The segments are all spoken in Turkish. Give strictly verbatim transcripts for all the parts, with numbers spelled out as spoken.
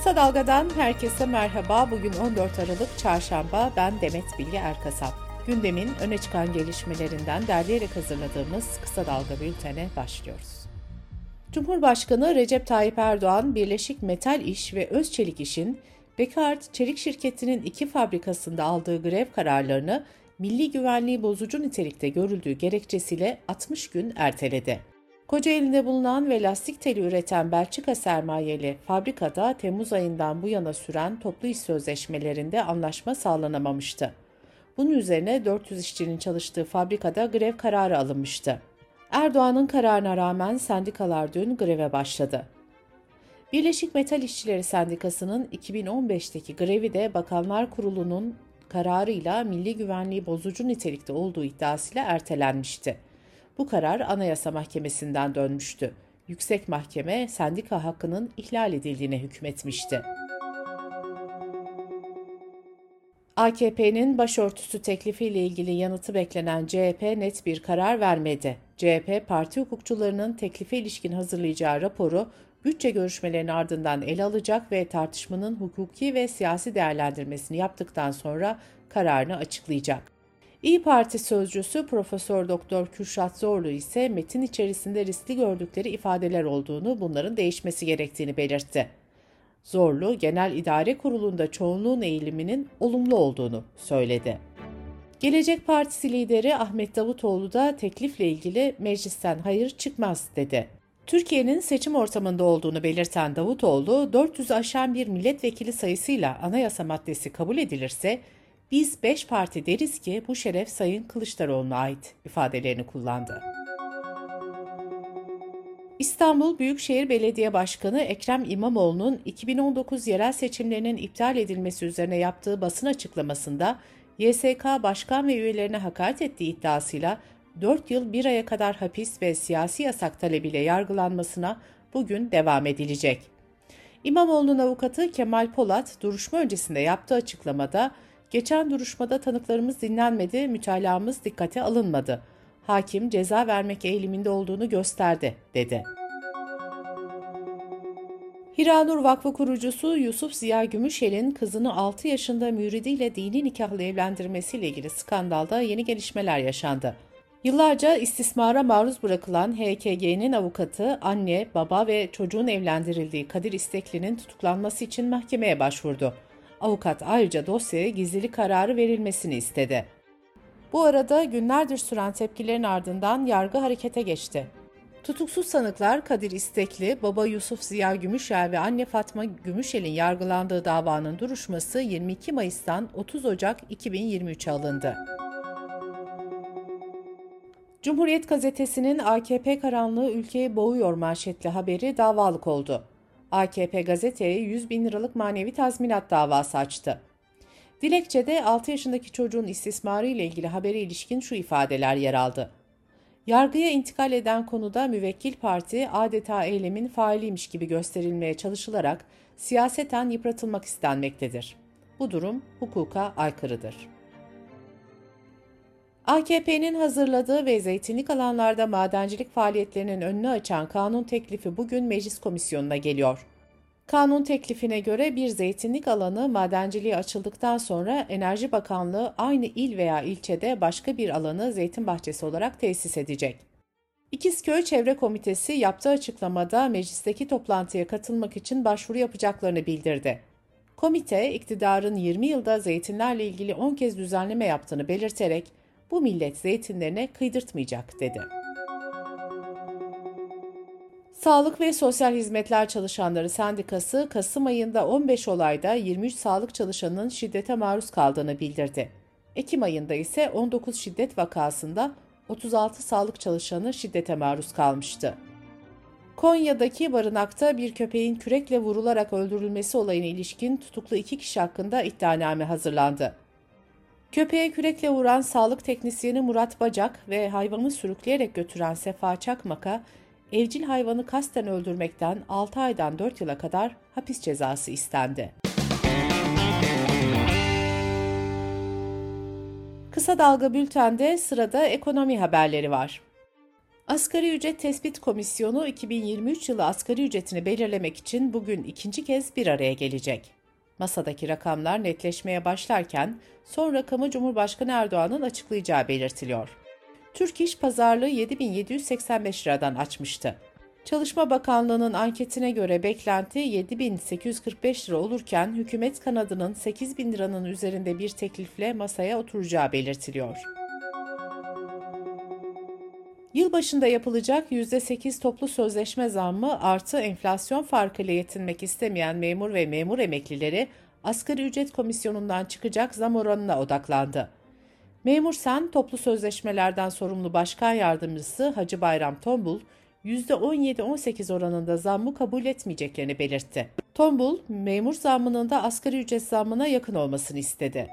Kısa Dalga'dan herkese merhaba. Bugün on dört Aralık Çarşamba. Ben Demet Bilge Erkasap. Gündemin öne çıkan gelişmelerinden derleyerek hazırladığımız Kısa Dalga bültene başlıyoruz. Cumhurbaşkanı Recep Tayyip Erdoğan, Birleşik Metal İş ve Özçelik İş'in Bekaert Çelik Şirketi'nin iki fabrikasında aldığı grev kararlarını milli güvenliği bozucu nitelikte görüldüğü gerekçesiyle altmış gün erteledi. Kocaeli'nde bulunan ve lastik teli üreten Belçika sermayeli fabrikada Temmuz ayından bu yana süren toplu iş sözleşmelerinde anlaşma sağlanamamıştı. Bunun üzerine dört yüz işçinin çalıştığı fabrikada grev kararı alınmıştı. Erdoğan'ın kararına rağmen sendikalar dün greve başladı. Birleşik Metal İşçileri Sendikası'nın iki bin on beşteki grevi de Bakanlar Kurulu'nun kararıyla milli güvenliği bozucu nitelikte olduğu iddiasıyla ertelenmişti. Bu karar Anayasa Mahkemesi'nden dönmüştü. Yüksek Mahkeme sendika hakkının ihlal edildiğine hükmetmişti. A K P'nin başörtüsü teklifiyle ilgili yanıtı beklenen C H P net bir karar vermedi. C H P, parti hukukçularının teklife ilişkin hazırlayacağı raporu bütçe görüşmelerinin ardından ele alacak ve tartışmanın hukuki ve siyasi değerlendirmesini yaptıktan sonra kararını açıklayacak. İYİ Parti sözcüsü Profesör Doktor Kürşat Zorlu ise metin içerisinde riskli gördükleri ifadeler olduğunu, bunların değişmesi gerektiğini belirtti. Zorlu, Genel İdare Kurulu'nda çoğunluğun eğiliminin olumlu olduğunu söyledi. Gelecek Partisi lideri Ahmet Davutoğlu da teklifle ilgili meclisten hayır çıkmaz dedi. Türkiye'nin seçim ortamında olduğunu belirten Davutoğlu, dört yüzü aşan bir milletvekili sayısıyla anayasa maddesi kabul edilirse, biz beş parti deriz ki bu şeref Sayın Kılıçdaroğlu'na ait ifadelerini kullandı. İstanbul Büyükşehir Belediye Başkanı Ekrem İmamoğlu'nun iki bin on dokuz yerel seçimlerinin iptal edilmesi üzerine yaptığı basın açıklamasında Y S K başkan ve üyelerine hakaret ettiği iddiasıyla dört yıl bir aya kadar hapis ve siyasi yasak talebiyle yargılanmasına bugün devam edilecek. İmamoğlu'nun avukatı Kemal Polat, duruşma öncesinde yaptığı açıklamada, geçen duruşmada tanıklarımız dinlenmedi, mütalaamız dikkate alınmadı. Hakim ceza vermek eğiliminde olduğunu gösterdi, dedi. Hiranur Vakfı kurucusu Yusuf Ziya Gümüşel'in kızını altı yaşında müridiyle dini nikahla evlendirmesiyle ilgili skandalda yeni gelişmeler yaşandı. Yıllarca istismara maruz bırakılan H K G'nin avukatı, anne, baba ve çocuğun evlendirildiği Kadir İstekli'nin tutuklanması için mahkemeye başvurdu. Avukat ayrıca dosyaya gizlilik kararı verilmesini istedi. Bu arada günlerdir süren tepkilerin ardından yargı harekete geçti. Tutuksuz sanıklar Kadir İstekli, baba Yusuf Ziya Gümüşel ve anne Fatma Gümüşel'in yargılandığı davanın duruşması yirmi iki Mayıs'tan otuz Ocak iki bin yirmi üç'e alındı. Cumhuriyet Gazetesi'nin A K P karanlığı ülkeyi boğuyor manşetli haberi davalık oldu. A K P gazeteye yüz bin liralık manevi tazminat davası açtı. Dilekçede altı yaşındaki çocuğun istismarı ile ilgili habere ilişkin şu ifadeler yer aldı. Yargıya intikal eden konuda müvekkil parti adeta eylemin failiymiş gibi gösterilmeye çalışılarak siyaseten yıpratılmak istenmektedir. Bu durum hukuka aykırıdır. A K P'nin hazırladığı ve zeytinlik alanlarda madencilik faaliyetlerinin önünü açan kanun teklifi bugün meclis komisyonuna geliyor. Kanun teklifine göre bir zeytinlik alanı madenciliğe açıldıktan sonra Enerji Bakanlığı aynı il veya ilçede başka bir alanı zeytin bahçesi olarak tesis edecek. İkizköy Çevre Komitesi yaptığı açıklamada meclisteki toplantıya katılmak için başvuru yapacaklarını bildirdi. Komite, iktidarın yirmi yılda zeytinlerle ilgili on kez düzenleme yaptığını belirterek, bu millet zeytinlerine kıydırtmayacak, dedi. Sağlık ve Sosyal Hizmetler Çalışanları Sendikası, Kasım ayında on beş olayda yirmi üç sağlık çalışanının şiddete maruz kaldığını bildirdi. Ekim ayında ise on dokuz şiddet vakasında otuz altı sağlık çalışanı şiddete maruz kalmıştı. Konya'daki barınakta bir köpeğin kürekle vurularak öldürülmesi olayına ilişkin tutuklu iki kişi hakkında iddianame hazırlandı. Köpeğe kürekle vuran sağlık teknisyeni Murat Bacak ve hayvanı sürükleyerek götüren Sefa Çakmak'a evcil hayvanı kasten öldürmekten altı aydan dört yıla kadar hapis cezası istendi. Kısa Dalga Bülten'de sırada ekonomi haberleri var. Asgari Ücret Tespit Komisyonu iki bin yirmi üç yılı asgari ücretini belirlemek için bugün ikinci kez bir araya gelecek. Masadaki rakamlar netleşmeye başlarken son rakamı Cumhurbaşkanı Erdoğan'ın açıklayacağı belirtiliyor. Türk İş pazarlığı yedi bin yedi yüz seksen beş liradan açmıştı. Çalışma Bakanlığı'nın anketine göre beklenti yedi bin sekiz yüz kırk beş lira olurken hükümet kanadının sekiz bin liranın üzerinde bir teklifle masaya oturacağı belirtiliyor. Yılbaşında yapılacak yüzde sekiz toplu sözleşme zammı artı enflasyon farkıyla yetinmek istemeyen memur ve memur emeklileri Asgari Ücret Komisyonu'ndan çıkacak zam oranına odaklandı. Memur Sen toplu sözleşmelerden sorumlu başkan yardımcısı Hacı Bayram Tombul, yüzde on yedi on sekiz oranında zammı kabul etmeyeceklerini belirtti. Tombul, memur zammının da asgari ücret zammına yakın olmasını istedi.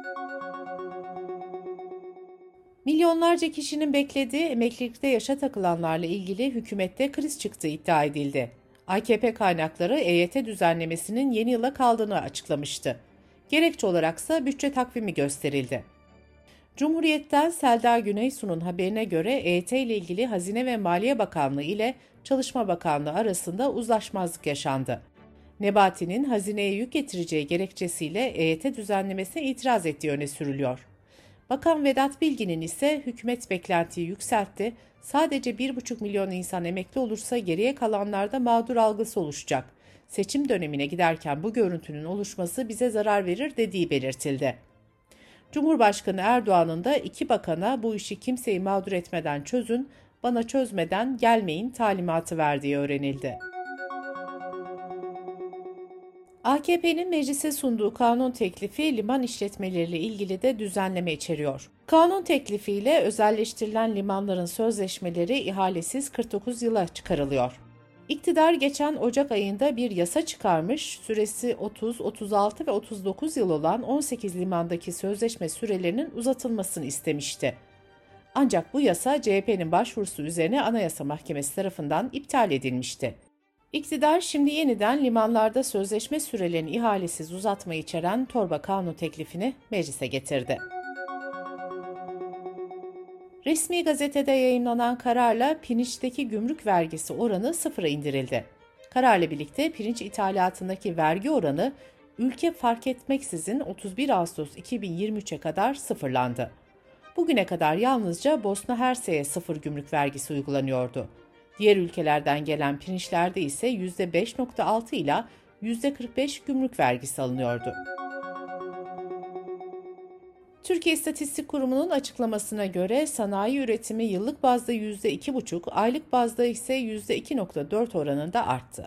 Milyonlarca kişinin beklediği emeklilikte yaşa takılanlarla ilgili hükümette kriz çıktığı iddia edildi. A K P kaynakları E Y T düzenlemesinin yeni yıla kaldığını açıklamıştı. Gerekçe olaraksa bütçe takvimi gösterildi. Cumhuriyet'ten Selda Güneysu'nun haberine göre E Y T ile ilgili Hazine ve Maliye Bakanlığı ile Çalışma Bakanlığı arasında uzlaşmazlık yaşandı. Nebati'nin hazineye yük getireceği gerekçesiyle E Y T düzenlemesine itiraz ettiği öne sürülüyor. Bakan Vedat Bilgin'in ise hükümet beklentiyi yükseltti, sadece bir buçuk milyon insan emekli olursa geriye kalanlarda mağdur algısı oluşacak. Seçim dönemine giderken bu görüntünün oluşması bize zarar verir dediği belirtildi. Cumhurbaşkanı Erdoğan'ın da iki bakana bu işi kimseyi mağdur etmeden çözün, bana çözmeden gelmeyin talimatı verdiği öğrenildi. A K P'nin meclise sunduğu kanun teklifi liman işletmeleriyle ilgili de düzenleme içeriyor. Kanun teklifiyle özelleştirilen limanların sözleşmeleri ihalesiz kırk dokuz yıla çıkarılıyor. İktidar geçen Ocak ayında bir yasa çıkarmış, süresi otuz, otuz altı ve otuz dokuz yıl olan on sekiz limandaki sözleşme sürelerinin uzatılmasını istemişti. Ancak bu yasa C H P'nin başvurusu üzerine Anayasa Mahkemesi tarafından iptal edilmişti. İktidar şimdi yeniden limanlarda sözleşme sürelerini ihalesiz uzatmayı içeren torba kanun teklifini meclise getirdi. Resmi gazetede yayımlanan kararla pirinçteki gümrük vergisi oranı sıfıra indirildi. Kararla birlikte pirinç ithalatındaki vergi oranı ülke fark etmeksizin otuz bir Ağustos iki bin yirmi üçe kadar sıfırlandı. Bugüne kadar yalnızca Bosna Hersek'e sıfır gümrük vergisi uygulanıyordu. Diğer ülkelerden gelen pirinçlerde ise yüzde beş virgül altı ile yüzde kırk beş gümrük vergisi alınıyordu. Türkiye İstatistik Kurumu'nun açıklamasına göre sanayi üretimi yıllık bazda yüzde iki virgül beş, aylık bazda ise yüzde iki virgül dört oranında arttı.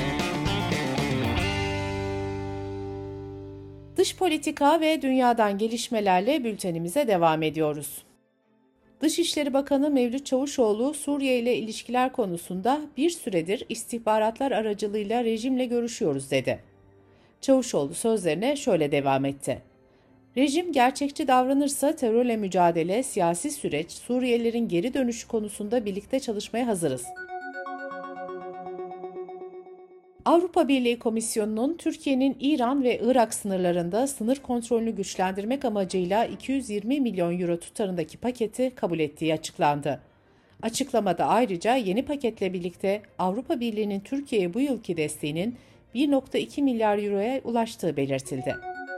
Dış politika ve dünyadan gelişmelerle bültenimize devam ediyoruz. Dışişleri Bakanı Mevlüt Çavuşoğlu, Suriye ile ilişkiler konusunda bir süredir istihbaratlar aracılığıyla rejimle görüşüyoruz dedi. Çavuşoğlu sözlerine şöyle devam etti. Rejim gerçekçi davranırsa terörle mücadele, siyasi süreç, Suriyelilerin geri dönüşü konusunda birlikte çalışmaya hazırız. Avrupa Birliği Komisyonu'nun Türkiye'nin İran ve Irak sınırlarında sınır kontrolünü güçlendirmek amacıyla iki yüz yirmi milyon euro tutarındaki paketi kabul ettiği açıklandı. Açıklamada ayrıca yeni paketle birlikte Avrupa Birliği'nin Türkiye'ye bu yılki desteğinin bir virgül iki milyar euroya ulaştığı belirtildi.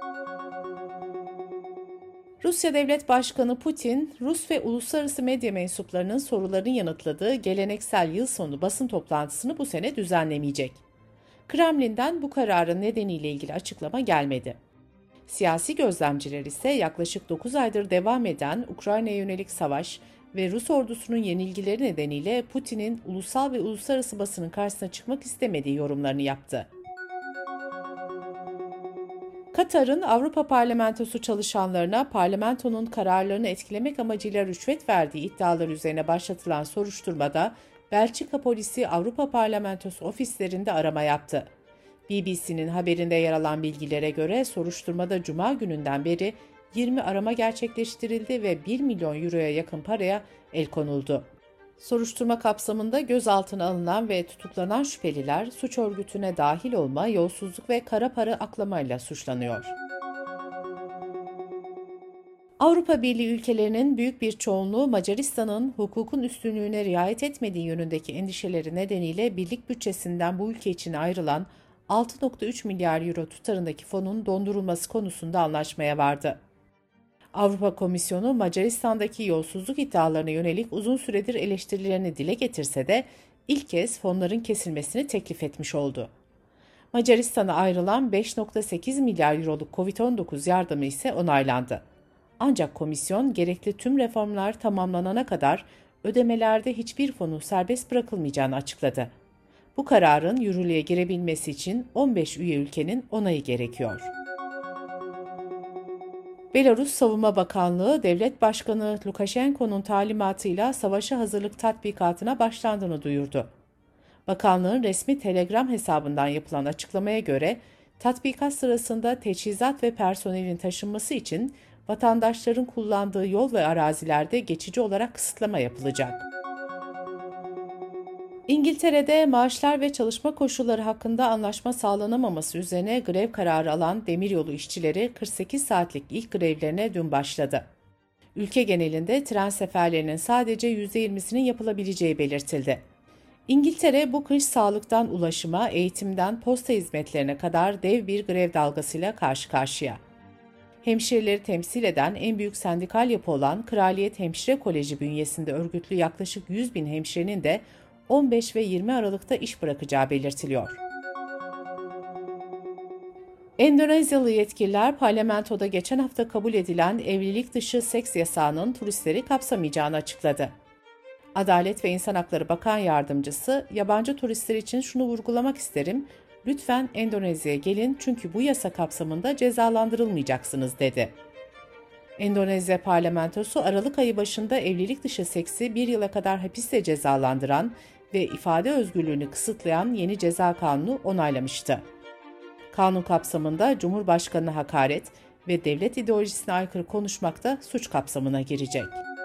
Rusya Devlet Başkanı Putin, Rus ve uluslararası medya mensuplarının sorularını yanıtladığı geleneksel yıl sonu basın toplantısını bu sene düzenlemeyecek. Kremlin'den bu kararın nedeniyle ilgili açıklama gelmedi. Siyasi gözlemciler ise yaklaşık dokuz aydır devam eden Ukrayna'ya yönelik savaş ve Rus ordusunun yenilgileri nedeniyle Putin'in ulusal ve uluslararası basının karşısına çıkmak istemediği yorumlarını yaptı. Katar'ın Avrupa Parlamentosu çalışanlarına parlamentonun kararlarını etkilemek amacıyla rüşvet verdiği iddiaları üzerine başlatılan soruşturmada Belçika polisi Avrupa Parlamentosu ofislerinde arama yaptı. B B C'nin haberinde yer alan bilgilere göre soruşturmada Cuma gününden beri yirmi arama gerçekleştirildi ve bir milyon euroya yakın paraya el konuldu. Soruşturma kapsamında gözaltına alınan ve tutuklanan şüpheliler suç örgütüne dahil olma, yolsuzluk ve kara para aklamayla suçlanıyor. Avrupa Birliği ülkelerinin büyük bir çoğunluğu Macaristan'ın hukukun üstünlüğüne riayet etmediği yönündeki endişeleri nedeniyle birlik bütçesinden bu ülke için ayrılan altı virgül üç milyar euro tutarındaki fonun dondurulması konusunda anlaşmaya vardı. Avrupa Komisyonu Macaristan'daki yolsuzluk iddialarına yönelik uzun süredir eleştirilerini dile getirse de ilk kez fonların kesilmesini teklif etmiş oldu. Macaristan'a ayrılan beş virgül sekiz milyar euroluk kovid on dokuz yardımı ise onaylandı. Ancak komisyon gerekli tüm reformlar tamamlanana kadar ödemelerde hiçbir fonun serbest bırakılmayacağını açıkladı. Bu kararın yürürlüğe girebilmesi için on beş üye ülkenin onayı gerekiyor. Belarus Savunma Bakanlığı, Devlet Başkanı Lukashenko'nun talimatıyla savaşa hazırlık tatbikatına başlandığını duyurdu. Bakanlığın resmi Telegram hesabından yapılan açıklamaya göre, tatbikat sırasında teçhizat ve personelin taşınması için vatandaşların kullandığı yol ve arazilerde geçici olarak kısıtlama yapılacak. İngiltere'de maaşlar ve çalışma koşulları hakkında anlaşma sağlanamaması üzerine grev kararı alan demiryolu işçileri kırk sekiz saatlik ilk grevlerine dün başladı. Ülke genelinde tren seferlerinin sadece yüzde yirmisinin yapılabileceği belirtildi. İngiltere bu kış sağlıktan ulaşıma, eğitimden posta hizmetlerine kadar dev bir grev dalgasıyla karşı karşıya. Hemşireleri temsil eden en büyük sendikal yapı olan Kraliyet Hemşire Koleji bünyesinde örgütlü yaklaşık yüz bin hemşirenin de on beş ve yirmi Aralık'ta iş bırakacağı belirtiliyor. Endonezyalı yetkililer parlamentoda geçen hafta kabul edilen evlilik dışı seks yasağının turistleri kapsamayacağını açıkladı. Adalet ve İnsan Hakları Bakan Yardımcısı, yabancı turistler için şunu vurgulamak isterim, lütfen Endonezya'ya gelin çünkü bu yasa kapsamında cezalandırılmayacaksınız dedi. Endonezya parlamentosu Aralık ayı başında evlilik dışı seksi bir yıla kadar hapisle cezalandıran ve ifade özgürlüğünü kısıtlayan yeni ceza kanunu onaylamıştı. Kanun kapsamında Cumhurbaşkanı'na hakaret ve devlet ideolojisine aykırı konuşmak da suç kapsamına girecek.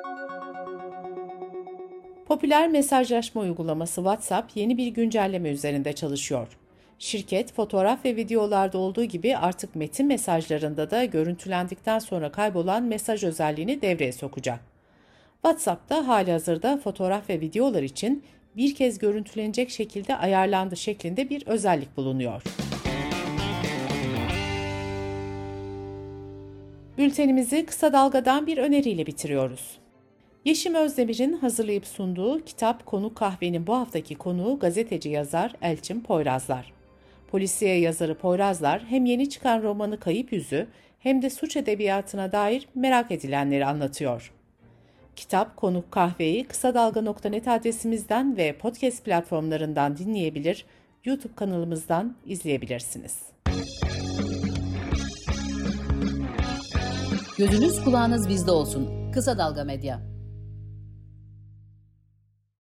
Popüler mesajlaşma uygulaması WhatsApp yeni bir güncelleme üzerinde çalışıyor. Şirket, fotoğraf ve videolarda olduğu gibi artık metin mesajlarında da görüntülendikten sonra kaybolan mesaj özelliğini devreye sokacak. WhatsApp'ta halihazırda fotoğraf ve videolar için bir kez görüntülenecek şekilde ayarlandı şeklinde bir özellik bulunuyor. Bültenimizi kısa dalgadan bir öneriyle bitiriyoruz. Yeşim Özdemir'in hazırlayıp sunduğu Kitap Konuk Kahve'nin bu haftaki konuğu gazeteci yazar Elçin Poyrazlar. Polisiye yazarı Poyrazlar hem yeni çıkan romanı Kayıp Yüzü hem de suç edebiyatına dair merak edilenleri anlatıyor. Kitap Konuk Kahve'yi kısa dalga nokta net adresimizden ve podcast platformlarından dinleyebilir, YouTube kanalımızdan izleyebilirsiniz. Gözünüz kulağınız bizde olsun. Kısa Dalga Medya.